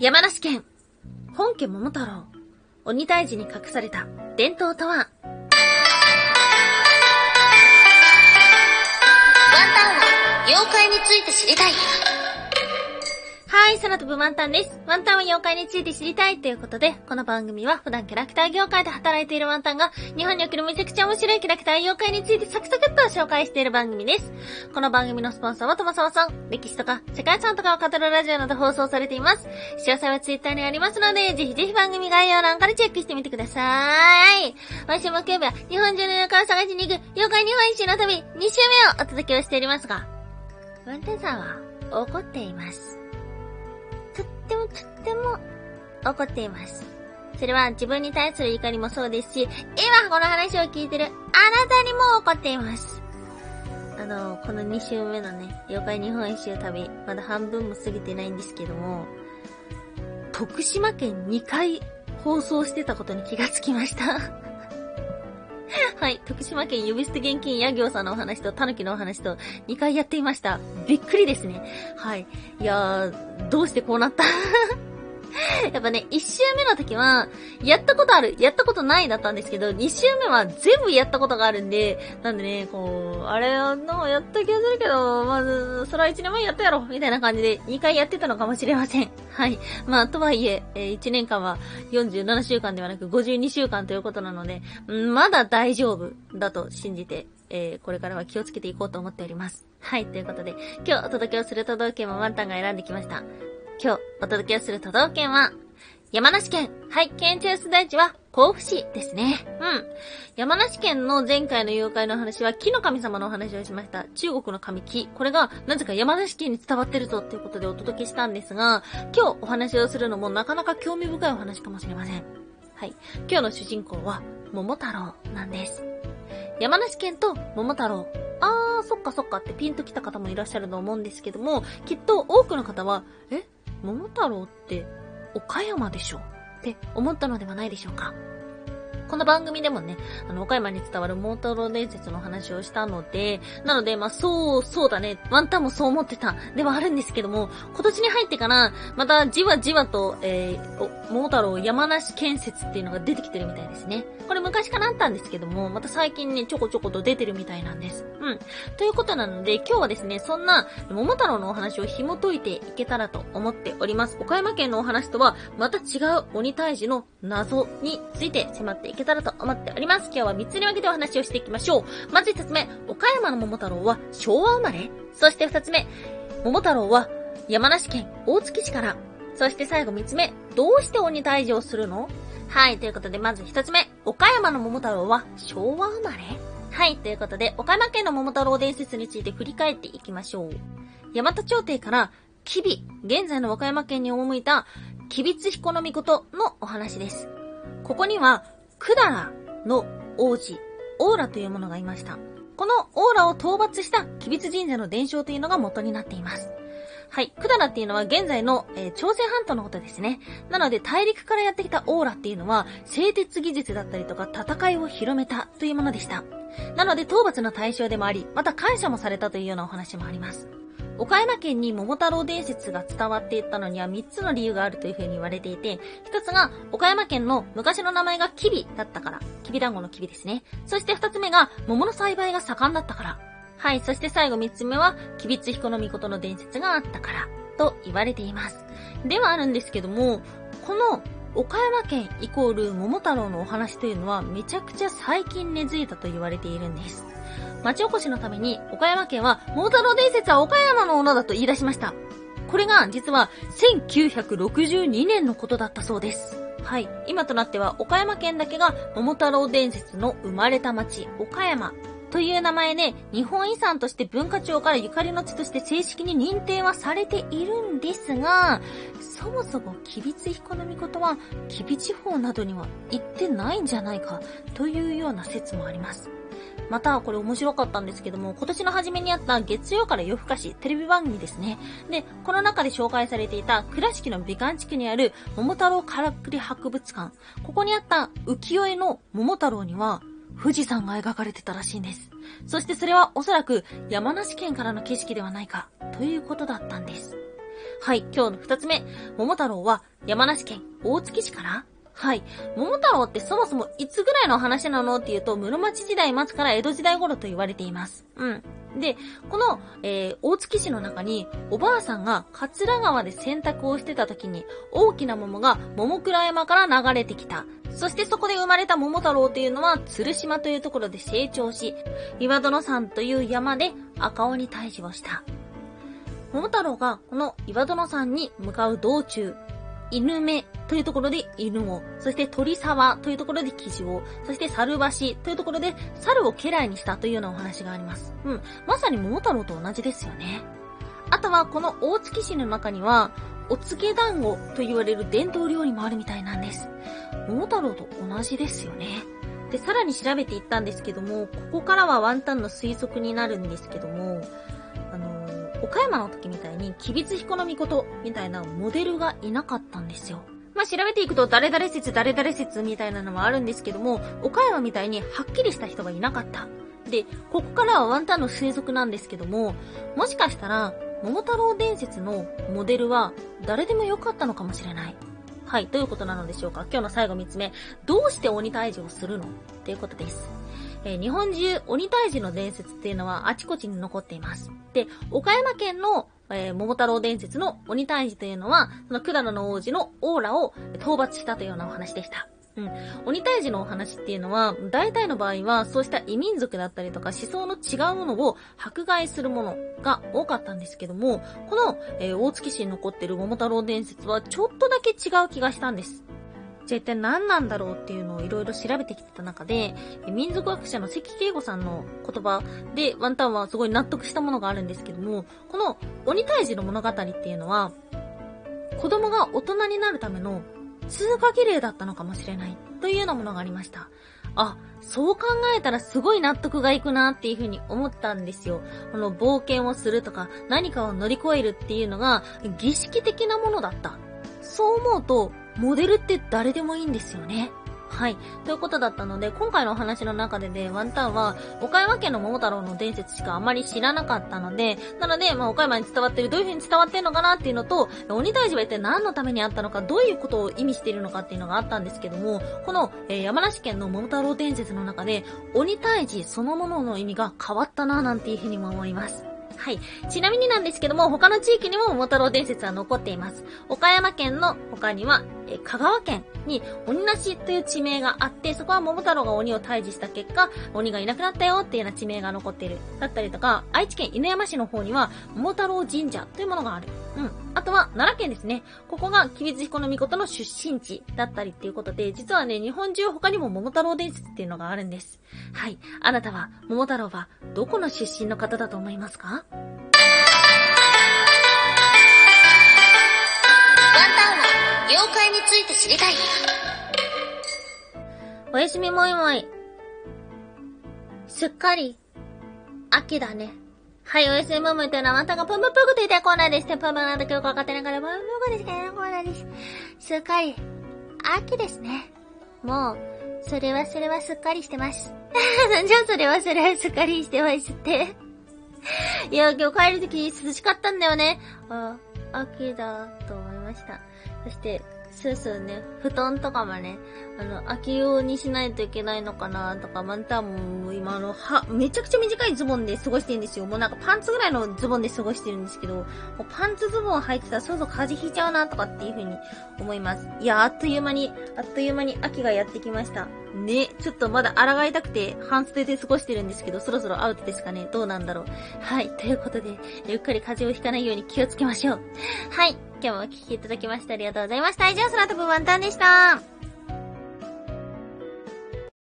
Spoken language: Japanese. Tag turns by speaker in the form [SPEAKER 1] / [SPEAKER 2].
[SPEAKER 1] 山梨県、本家桃太郎、鬼退治に隠された伝統とは。ワンタンは妖怪について知りたい。はい、空飛ぶワンタンです。ワンタンは妖怪について知りたいということで、この番組は普段キャラクター業界で働いているワンタンが、日本におけるめちゃくちゃ面白いキャラクター妖怪についてサクサクっと紹介している番組です。この番組のスポンサーはともさまさん、歴史とか世界遺産とかを語るラジオなど放送されています。詳細はツイッターにありますので、ぜひぜひ番組概要欄からチェックしてみてください。毎週木曜日は日本中の妖怪を探しに行く妖怪日本一周の旅2週目をお届けをしておりますが、ワンタンさんは怒っています。とっても怒っています。それは自分に対する怒りもそうですし、今この話を聞いてるあなたにも怒っています。この2週目のね、妖怪日本一周旅、まだ半分も過ぎてないんですけども、徳島県2回放送してたことに気がつきました。はい、徳島県呼び捨て現金や行さんのお話とタヌキのお話と2回やっていました。びっくりですね。はい。いやー、どうしてこうなったやっぱね、1週目の時は、やったことある、やったことないだったんですけど、2週目は全部やったことがあるんで、なんでね、あれやった気がするけど、まず、それは1年前やったやろ、みたいな感じで2回やってたのかもしれません。はい。まあ、とはいえ、1年間は47週間ではなく52週間ということなので、まだ大丈夫だと信じて、これからは気をつけていこうと思っております。はい、ということで、今日お届けをする都道府県もワンタンが選んできました。今日お届けをする都道府県は、山梨県。はい、県庁所在地は甲府市ですね。山梨県の前回の妖怪の話は木の神様のお話をしました。中国の神木。これがなぜか山梨県に伝わってるぞっていうことでお届けしたんですが、今日お話をするのもなかなか興味深いお話かもしれません。はい、今日の主人公は桃太郎なんです。山梨県と桃太郎。そっかそっかってピンときた方もいらっしゃると思うんですけども、きっと多くの方は、桃太郎って岡山でしょって思ったのではないでしょうか。この番組でもね、岡山に伝わる桃太郎伝説の話をしたので、なので、そうだね、ワンタンもそう思ってた、ではあるんですけども、今年に入ってから、またじわじわと、桃太郎山梨県説っていうのが出てきてるみたいですね。これ昔からあったんですけども、また最近ね、ちょこちょこと出てるみたいなんです。ということなので、今日はですね、そんな桃太郎のお話を紐解いていけたらと思っております。岡山県のお話とは、また違う鬼退治の謎について迫っていけたらと思っております。今日は3つに分けてお話をしていきましょう。まず1つ目、岡山の桃太郎は昭和生まれ。そして2つ目、桃太郎は山梨県大月市から。そして最後3つ目、どうして鬼退治をするの？はい、ということでまず1つ目、岡山の桃太郎は昭和生まれ。はい、ということで岡山県の桃太郎伝説について振り返っていきましょう。大和朝廷から吉備、現在の和歌山県に赴いた吉備津彦命のお話です。ここには百済の王子、オーラというものがいました。このオーラを討伐した吉備津神社の伝承というのが元になっています。はい、百済っていうのは現在の、朝鮮半島のことですね。なので大陸からやってきたオーラっていうのは製鉄技術だったりとか戦いを広めたというものでした。なので討伐の対象でもあり、また感謝もされたというようなお話もあります。岡山県に桃太郎伝説が伝わっていったのには3つの理由があるというふうに言われていて、1つが岡山県の昔の名前が吉備だったから、きびだんごのきびですね。そして2つ目が桃の栽培が盛んだったから。はい、そして最後3つ目は吉備津彦命の伝説があったからと言われています。ではあるんですけども、この岡山県イコール桃太郎のお話というのはめちゃくちゃ最近根付いたと言われているんです。町おこしのために岡山県は桃太郎伝説は岡山のものだと言い出しました。これが実は1962年のことだったそうです。はい、今となっては岡山県だけが桃太郎伝説の生まれた町岡山という名前で日本遺産として文化庁からゆかりの地として正式に認定はされているんですが、そもそも吉備津彦命は吉備地方などには行ってないんじゃないかというような説もあります。またこれ面白かったんですけども、今年の初めにあった月曜から夜更かしテレビ番組ですね。で、この中で紹介されていた倉敷の美観地区にある桃太郎からくり博物館、ここにあった浮世絵の桃太郎には富士山が描かれてたらしいんです。そしてそれはおそらく山梨県からの景色ではないかということだったんです。 はい、今日の2つ目。桃太郎は山梨県大月市から？はい。桃太郎ってそもそもいつぐらいの話なのっていうと、室町時代末から江戸時代頃と言われています。で、この、大月市の中に、おばあさんが桂川で洗濯をしてた時に、大きな桃が桃倉山から流れてきた。そしてそこで生まれた桃太郎というのは、鶴島というところで成長し、岩殿山という山で赤鬼退治をした。桃太郎がこの岩殿山に向かう道中、犬目というところで犬を、そして鳥沢というところでキジを、そして猿橋というところで猿を家来にしたというようなお話があります。まさに桃太郎と同じですよね。あとはこの大月市の中には、お告げ団子と言われる伝統料理もあるみたいなんです。桃太郎と同じですよね。で、さらに調べていったんですけども、ここからはワンタンの推測になるんですけども、岡山の時みたいに、吉備津彦命みたいなモデルがいなかったんですよ。調べていくと誰々説みたいなのはあるんですけども、岡山みたいにはっきりした人がいなかった。で、ここからはワンタンの推測なんですけども、もしかしたら、桃太郎伝説のモデルは誰でもよかったのかもしれない。はい、どういうことなのでしょうか。今日の最後3つ目。どうして鬼退治をするのっていうことです。日本中鬼退治の伝説っていうのはあちこちに残っています。で、岡山県の、桃太郎伝説の鬼退治というのは、その管野王子のオーラを討伐したというようなお話でした。鬼退治のお話っていうのは、大体の場合は、そうした異民族だったりとか思想の違うものを迫害するものが多かったんですけども、この、大月市に残っている桃太郎伝説はちょっとだけ違う気がしたんです。じゃあ一体何なんだろうっていうのをいろいろ調べてきてた中で、民族学者の関慶吾さんの言葉でワンタンはすごい納得したものがあるんですけども、この鬼退治の物語っていうのは、子供が大人になるための通過儀礼だったのかもしれないというようなものがありました。あ、そう考えたらすごい納得がいくなっていう風に思ったんですよ。この冒険をするとか何かを乗り越えるっていうのが儀式的なものだった。そう思うと、モデルって誰でもいいんですよね。はい。ということだったので、今回のお話の中でワンタンは、岡山県の桃太郎の伝説しかあまり知らなかったので、なので、岡山に伝わってる、どういう風に伝わってるのかなっていうのと、鬼退治は一体何のためにあったのか、どういうことを意味しているのかっていうのがあったんですけども、この、山梨県の桃太郎伝説の中で、鬼退治そのものの意味が変わったななんていう風にも思います。はい。ちなみになんですけども、他の地域にも桃太郎伝説は残っています。岡山県の他には、香川県に鬼なしという地名があって、そこは桃太郎が鬼を退治した結果、鬼がいなくなったよっていうような地名が残っている。だったりとか、愛知県犬山市の方には桃太郎神社というものがある。あとは奈良県ですね。ここが吉備津彦命の出身地だったりっていうことで、実はね、日本中他にも桃太郎伝説っていうのがあるんです。はい。あなたは、桃太郎はどこの出身の方だと思いますか？ワンタンは妖怪について知りたい。おやすみもいもい。すっかり秋だね。はい、おやすみもいもいというのはワンタンがぷむぷぐと言いたいコーナーです。ぷむなんだかよくわかってないからぷむぷぐですからコーナーです。すっかり秋ですね。もうそれはすっかりしてます。じゃあそれはすっかりしてますって。いや、今日帰るとき涼しかったんだよね。あ、秋だと思いました。そして、そうね、布団とかもね、秋用にしないといけないのかなとか、ワンタンも今めちゃくちゃ短いズボンで過ごしてるんですよ。もうなんかパンツぐらいのズボンで過ごしてるんですけど、もうパンツズボン履いてたらそろそろ風邪ひいちゃうなとかっていう風に思います。いや、あっという間に秋がやってきました。ね、ちょっとまだ抗いたくて半袖で過ごしてるんですけど、そろそろアウトですかね。どうなんだろう。はい、ということで、ゆっくり風邪をひかないように気をつけましょう。はい、今日もお聞きいただきましてありがとうございました。以上、空飛ぶワンタンでした。